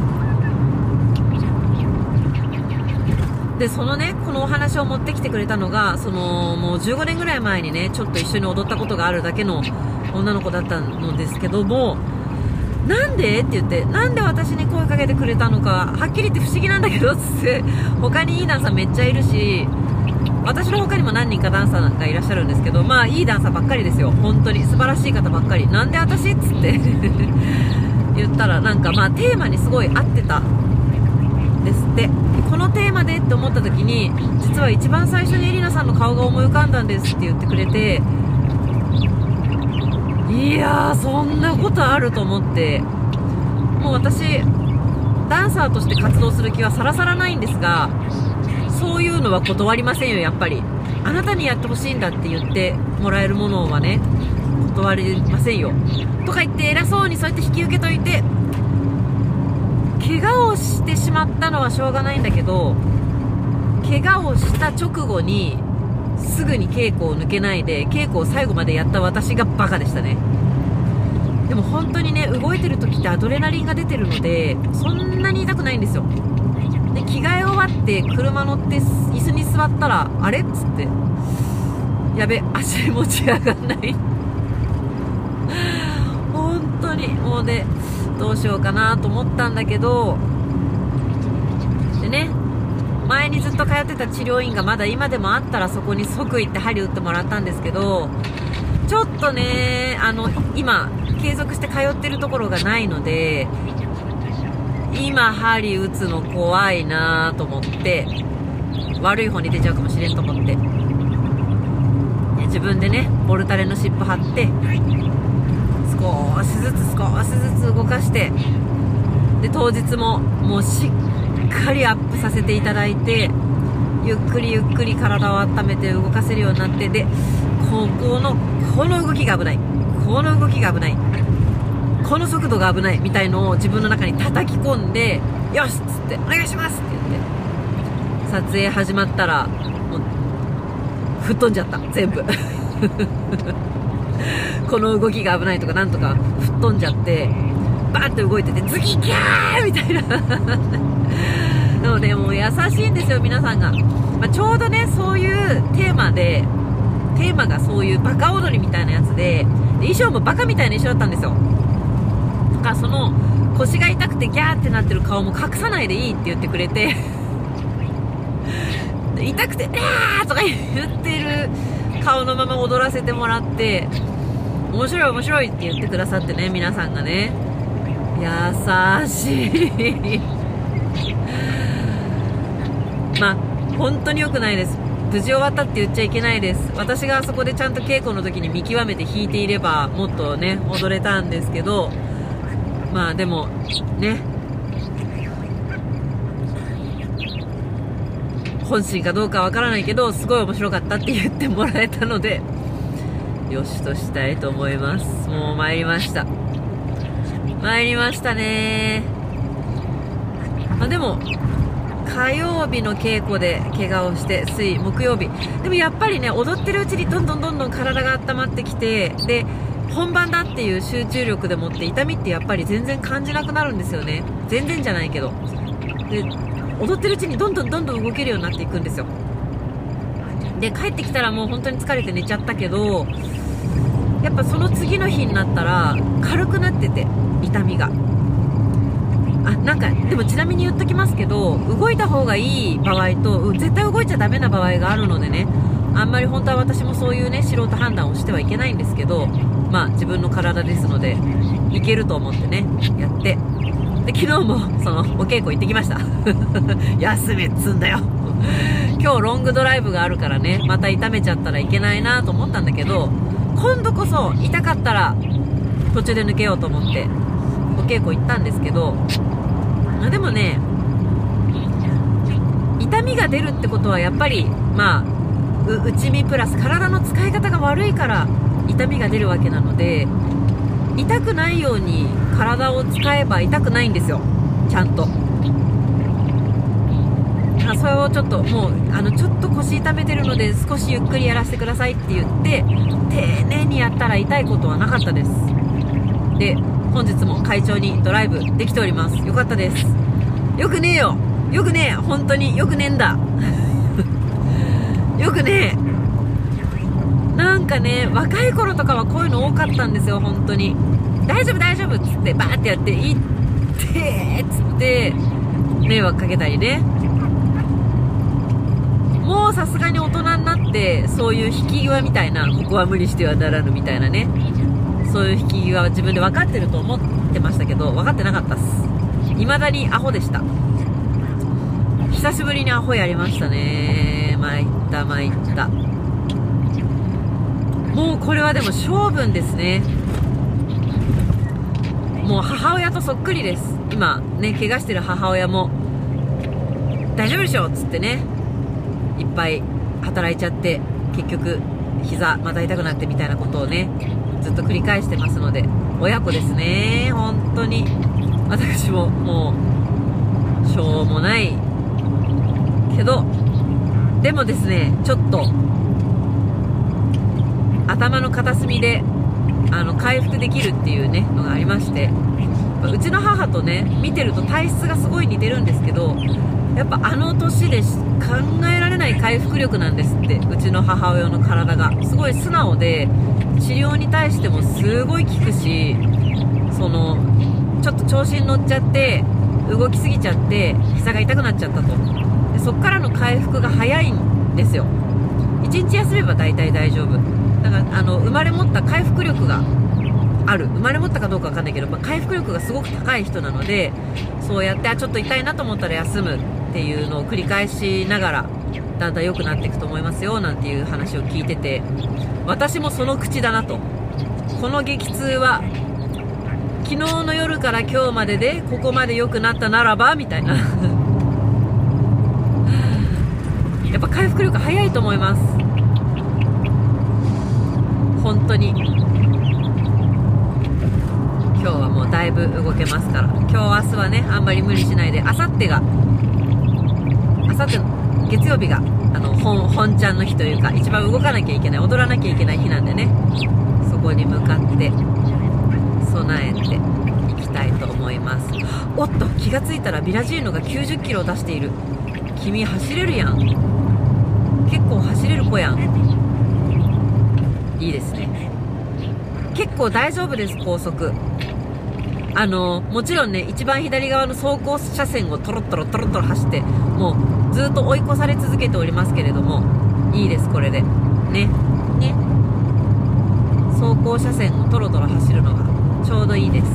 で、そのね、このお話を持ってきてくれたのが、そのもうじゅうごねんぐらい前にね、ちょっと一緒に踊ったことがあるだけの女の子だったのですけども、なんでって言って、なんで私に声かけてくれたのかはっきり言って不思議なんだけどつって、他にいいダンサーめっちゃいるし、私の他にも何人かダンサーがいらっしゃるんですけど、まあいいダンサーばっかりですよ。本当に素晴らしい方ばっかり。なんで私っつって言ったら、なんかまあテーマにすごい合ってたですって。このテーマまでって思った時に、実は一番最初にエリナさんの顔が思い浮かんだんですって言ってくれて、いやーそんなことあると思って、もう私ダンサーとして活動する気はさらさらないんですが、そういうのは断りませんよ。やっぱりあなたにやってほしいんだって言ってもらえるものはね、断りませんよとか言って偉そうにそうやって引き受けといて、怪我をしてしまったのはしょうがないんだけど、怪我をした直後にすぐに稽古を抜けないで稽古を最後までやった私がバカでしたね。でも本当にね、動いてる時ってアドレナリンが出てるのでそんなに痛くないんですよ。で着替え終わって車乗って椅子に座ったら、あれっつって、やべ足持ち上がんない本当にもうね、どうしようかなと思ったんだけど、でね、前にずっと通ってた治療院がまだ今でもあったらそこに即行って針打ってもらったんですけど、ちょっとね、あの今継続して通ってるところがないので、今針打つの怖いなと思って、悪い方に出ちゃうかもしれんと思って、自分でねボルタレの湿布貼って少しずつ少しずつ動かして、で当日ももうしっかりアップさせていただいて、ゆっくりゆっくり体を温めて動かせるようになって、でここのこの動きが危ない、この動きが危ない、この速度が危ないみたいのを自分の中に叩き込んで、よしっつってお願いしますって言って撮影始まったらもう吹っ飛んじゃった全部この動きが危ないとかなんとか吹っ飛んじゃって、バーって動いてて次ギャーみたいななのでもう優しいんですよ皆さんが、まあ、ちょうどねそういうテーマで、テーマがそういうバカ踊りみたいなやつで、で衣装もバカみたいな衣装だったんですよ。だからその腰が痛くてギャーってなってる顔も隠さないでいいって言ってくれて痛くてあーとか言ってる顔のまま踊らせてもらって、面白い面白いって言ってくださってね、皆さんがね優しいまあ本当に良くないです。無事終わったって言っちゃいけないです。私があそこでちゃんと稽古の時に見極めて弾いていればもっとね踊れたんですけど、まあでもね本心かどうかわからないけどすごい面白かったって言ってもらえたのでよしとしたいと思います。もう参りました参りましたね。まあ、でも火曜日の稽古で怪我をして水木曜日でもやっぱりね踊ってるうちにどんどんどんどん体が温まってきて、で本番だっていう集中力でもって痛みってやっぱり全然感じなくなるんですよね。全然じゃないけど、で踊ってるうちにどんどんどんどん動けるようになっていくんですよ。で帰ってきたらもう本当に疲れて寝ちゃったけど、やっぱその次の日になったら軽くなってて痛みが、あなんかでもちなみに言っときますけど、動いた方がいい場合と絶対動いちゃダメな場合があるのでね、あんまり本当は私もそういうね素人判断をしてはいけないんですけど、まあ自分の体ですのでいけると思ってねやって、で昨日もそのお稽古行ってきました休めっつんだよ今日ロングドライブがあるからね、また痛めちゃったらいけないなと思ったんだけど、今度こそ痛かったら途中で抜けようと思ってお稽古行ったんですけど、でもね痛みが出るってことはやっぱりまあ内身プラス体の使い方が悪いから痛みが出るわけなので、痛くないように体を使えば痛くないんですよちゃんと。それをちょっともうあのちょっと腰痛めてるので少しゆっくりやらせてくださいって言って丁寧にやったら痛いことはなかったです。で本日も快調にドライブできております。よかったです。よくねえよよくねえ本当によくねえんだよくねえ。なんかね若い頃とかはこういうの多かったんですよ本当に。大丈夫大丈夫っつってバーってやっていってっつって迷惑かけたりね。もうさすがに大人になってそういう引き際みたいな、ここは無理してはならぬみたいなね、そういう引き際は自分で分かってると思ってましたけど分かってなかったっす。未だにアホでした。 久しぶりにアホやりましたね。参った参った。もうこれはでも性分ですね。もう母親とそっくりです。今ね、怪我してる母親も大丈夫でしょっつってね、いっぱい働いちゃって結局膝また痛くなってみたいなことをねずっと繰り返してますので、親子ですね。本当に私ももうしょうもないけど、でもですね、ちょっと頭の片隅であの回復できるっていうねのがありまして、うちの母とね見てると体質がすごい似てるんですけど、やっぱあの年で考えられない回復力なんですって。うちの母親の体がすごい素直で、治療に対してもすごい効くし、そのちょっと調子に乗っちゃって動きすぎちゃって膝が痛くなっちゃったと。でそっからの回復が早いんですよ。いちにち休めば大体大丈夫だから、あの生まれ持った回復力がある、生まれ持ったかどうかわかんないけど、まあ、回復力がすごく高い人なので、そうやってあちょっと痛いなと思ったら休むっていうのを繰り返しながらだんだん良くなっていくと思いますよなんていう話を聞いてて、私もその口だなと。この激痛は昨日の夜から今日まででここまで良くなったならばみたいなやっぱ回復力早いと思います、本当に。今日はもうだいぶ動けますから、今日明日はねあんまり無理しないで、あさってがあさって月曜日があの本本ちゃんの日というか、一番動かなきゃいけない、踊らなきゃいけない日なんでね、そこに向かって備えていきたいと思います。おっと、気がついたらビラジーノがきゅうじゅっキロを出している。君走れるやん、結構走れる子やん。いいですね、結構大丈夫です。高速あのもちろんね、一番左側の走行車線をトロットロトロットロ走って、もうずっと追い越され続けておりますけれども、いいです、これでねね走行車線をトロトロ走るのがちょうどいいです。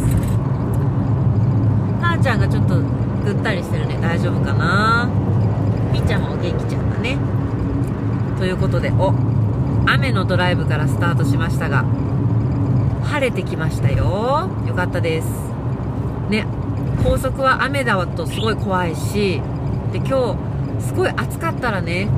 母ちゃんがちょっとぐったりしてるね、大丈夫かな。みーちゃんもお元気ちゃんだね。ということで、お雨のドライブからスタートしましたが、晴れてきましたよ。よかったですね。高速は雨だとすごい怖いし、で今日すごい暑かったらね、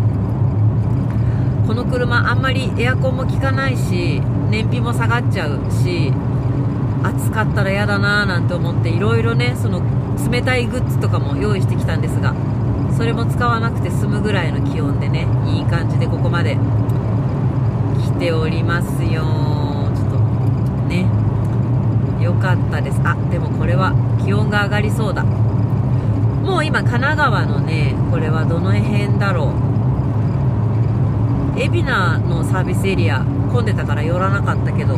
この車あんまりエアコンも効かないし燃費も下がっちゃうし、暑かったら嫌だなーなんて思って、いろいろねその冷たいグッズとかも用意してきたんですが、それも使わなくて済むぐらいの気温でね、いい感じでここまで来ておりますよ。ちょっとね、よかったです。あ、でもこれは気温が上がりそうだ。もう今神奈川のね、これはどの辺だろう、海老名のサービスエリア混んでたから寄らなかったけど、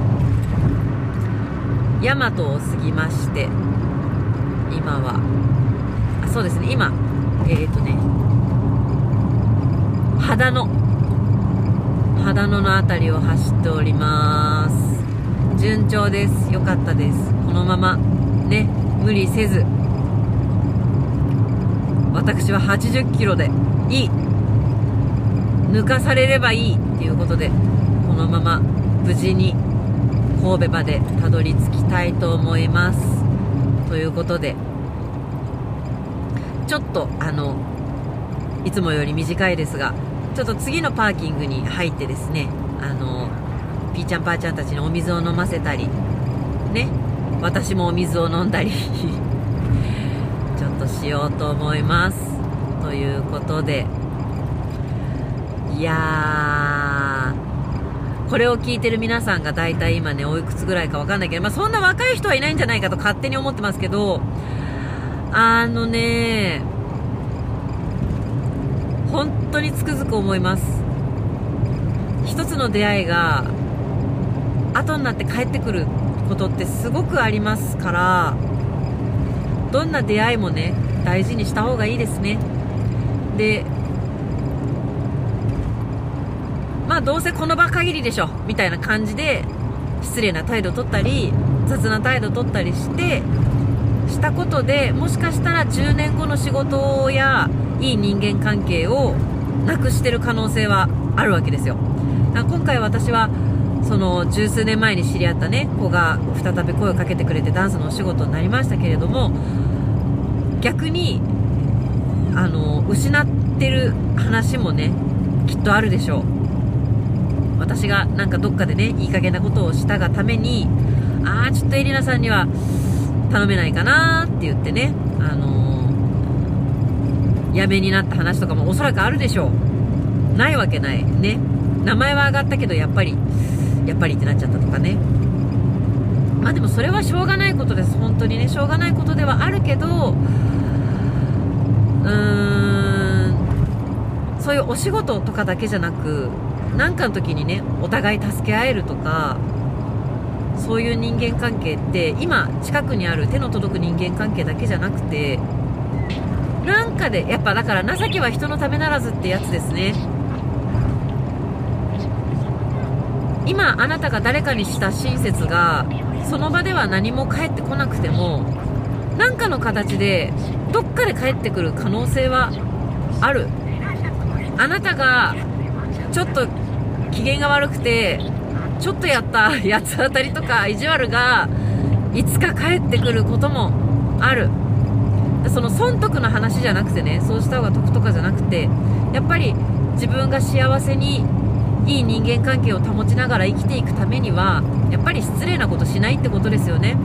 大和を過ぎまして、今はあそうですね、今えっとね秦野秦野のあたりを走っております。順調です。よかったです。このままね無理せず、私ははちじゅっキロでいい、抜かされればいいっていうことで、このまま無事に神戸までたどり着きたいと思います。ということで、ちょっとあのいつもより短いですが、ちょっと次のパーキングに入ってですね、あのピーちゃんパーちゃんたちにお水を飲ませたりね、私もお水を飲んだりちょっとしようと思います。ということで、いやー、これを聞いてる皆さんが大体今ねおいくつぐらいかわかんないけど、まあ、そんな若い人はいないんじゃないかと勝手に思ってますけど、あのね本当につくづく思います。一つの出会いが後になって帰ってくることってすごくありますから、どんな出会いもね大事にした方がいいですね。でまあどうせこの場限りでしょみたいな感じで失礼な態度取ったり雑な態度取ったりしてしたことで、もしかしたらじゅうねんごの仕事やいい人間関係をなくしてる可能性はあるわけですよ。だから今回私はその十数年前に知り合ったね子が再び声をかけてくれてダンスのお仕事になりましたけれども、逆にあの失ってる話もねきっとあるでしょう。私がなんかどっかでねいい加減なことをしたがために、ああちょっとエリナさんには頼めないかなって言ってね、あのー、やめになった話とかもおそらくあるでしょう。ないわけないね。名前は上がったけどやっぱりやっぱりってなっちゃったとかね。まあでもそれはしょうがないことです。本当にねしょうがないことではあるけど、うーんそういうお仕事とかだけじゃなく、なんかの時にねお互い助け合えるとか、そういう人間関係って今近くにある手の届く人間関係だけじゃなくて、なんかでやっぱだから情けは人のためならずってやつですね。今あなたが誰かにした親切がその場では何も返ってこなくても、何かの形でどっかで返ってくる可能性はある。あなたがちょっと機嫌が悪くてちょっとやった八つ当たりとか意地悪がいつか返ってくることもある。その損得の話じゃなくてね、そうした方が得とかじゃなくて、やっぱり自分が幸せにいい人間関係を保ちながら生きていくためには、やっぱり失礼なことしないってことですよね。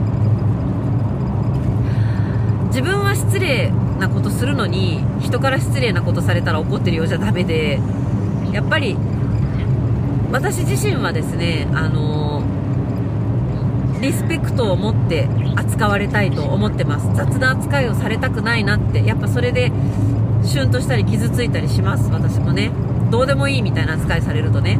自分は失礼なことするのに人から失礼なことされたら怒ってるようじゃダメで、やっぱり私自身はですね、あのリスペクトを持って扱われたいと思ってます。雑な扱いをされたくないなって、やっぱそれでシュンとしたり傷ついたりします。私もね、どうでもいいみたいな扱いされるとね、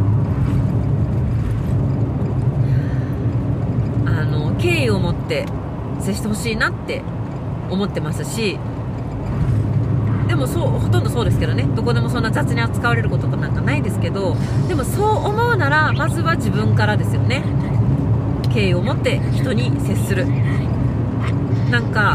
あの敬意を持って接してほしいなって思ってますし、でもそうほとんどそうですけどね、どこでもそんな雑に扱われることなんかないですけど、でもそう思うならまずは自分からですよね。敬意を持って人に接する。なんか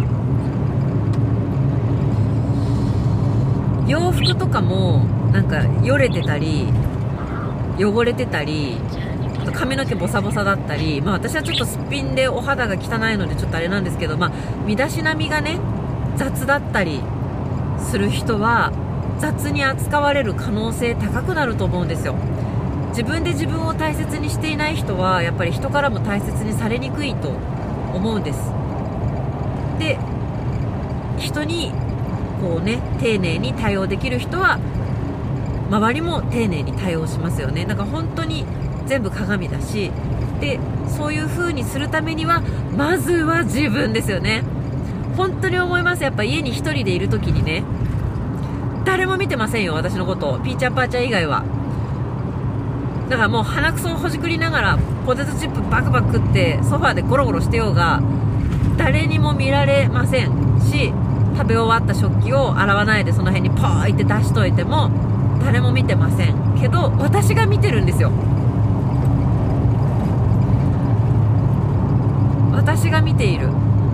洋服とかもなんかよれてたり汚れてたり髪の毛ボサボサだったり、まあ私はちょっとすっぴんでお肌が汚いのでちょっとあれなんですけど、まあ身だしなみがね雑だったりする人は雑に扱われる可能性高くなると思うんですよ。自分で自分を大切にしていない人はやっぱり人からも大切にされにくいと思うんです。で、人にこうね丁寧に対応できる人は周りも丁寧に対応しますよね。だから本当に全部鏡だし、でそういう風にするためにはまずは自分ですよね。本当に思います。やっぱ家に一人でいる時にね、誰も見てませんよ私のことを、ピーちゃんパーちゃん以外は。だからもう鼻くそをほじくりながらポテトチップバクバク食ってソファーでゴロゴロしてようが誰にも見られませんし、食べ終わった食器を洗わないでその辺にポーイって出しといても誰も見てませんけど、私が見てるんですよ。私が見ている。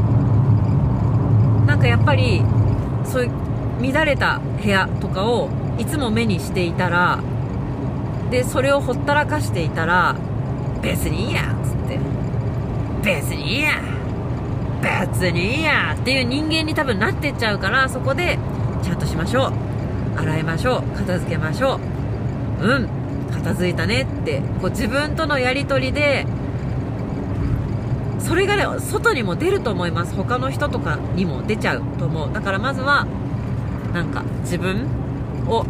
なんかやっぱりそういう乱れた部屋とかをいつも目にしていたら、でそれをほったらかしていたら、別にいいやっつって、別にいいや別にいいやっていう人間に多分なってっちゃうから、そこでちゃんとしましょう、洗いましょう、片付けましょう、うん片付いたねってこう自分とのやり取りで、それがね外にも出ると思います。他の人とかにも出ちゃうと思う。だからまずはなんか自分を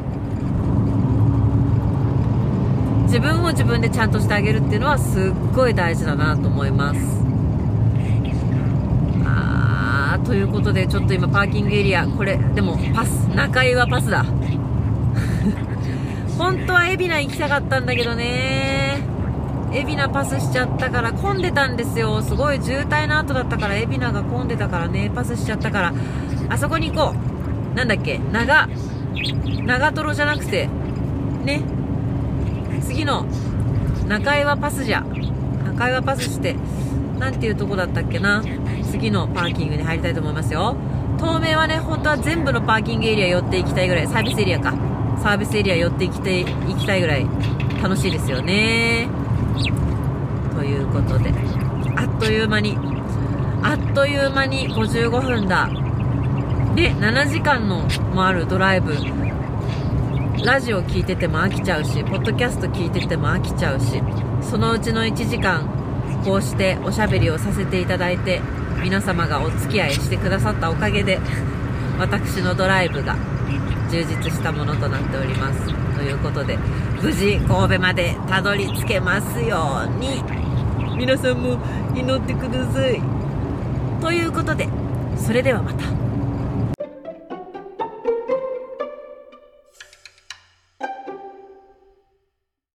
自分を自分でちゃんとしてあげるっていうのはすっごい大事だなと思います。あーということでちょっと今パーキングエリア、これでもパス、中井はパスだ本当は海老名行きたかったんだけどね、海老名パスしちゃったから混んでたんですよ。すごい渋滞の後だったから、海老名が混んでたからね、パスしちゃったから、あそこに行こう。なんだっけ、長長瀞じゃなくてね、次の中井はパスじゃ中井はパスしてなんていうとこだったっけな。次のパーキングに入りたいと思いますよ。東名はね、本当は全部のパーキングエリア寄っていきたいぐらい、サービスエリアか。サービスエリア寄っていきたい、行きたいぐらい楽しいですよね。ということで、あっという間に、あっという間にごじゅうごふんだ。で、ななじかんのもあるドライブ。ラジオ聞いてても飽きちゃうし、ポッドキャスト聞いてても飽きちゃうし、そのうちのいちじかん、こうしておしゃべりをさせていただいて、皆様がお付き合いしてくださったおかげで、私のドライブが充実したものとなっております。ということで、無事神戸までたどり着けますように、皆さんも祈ってください。ということで、それではまた。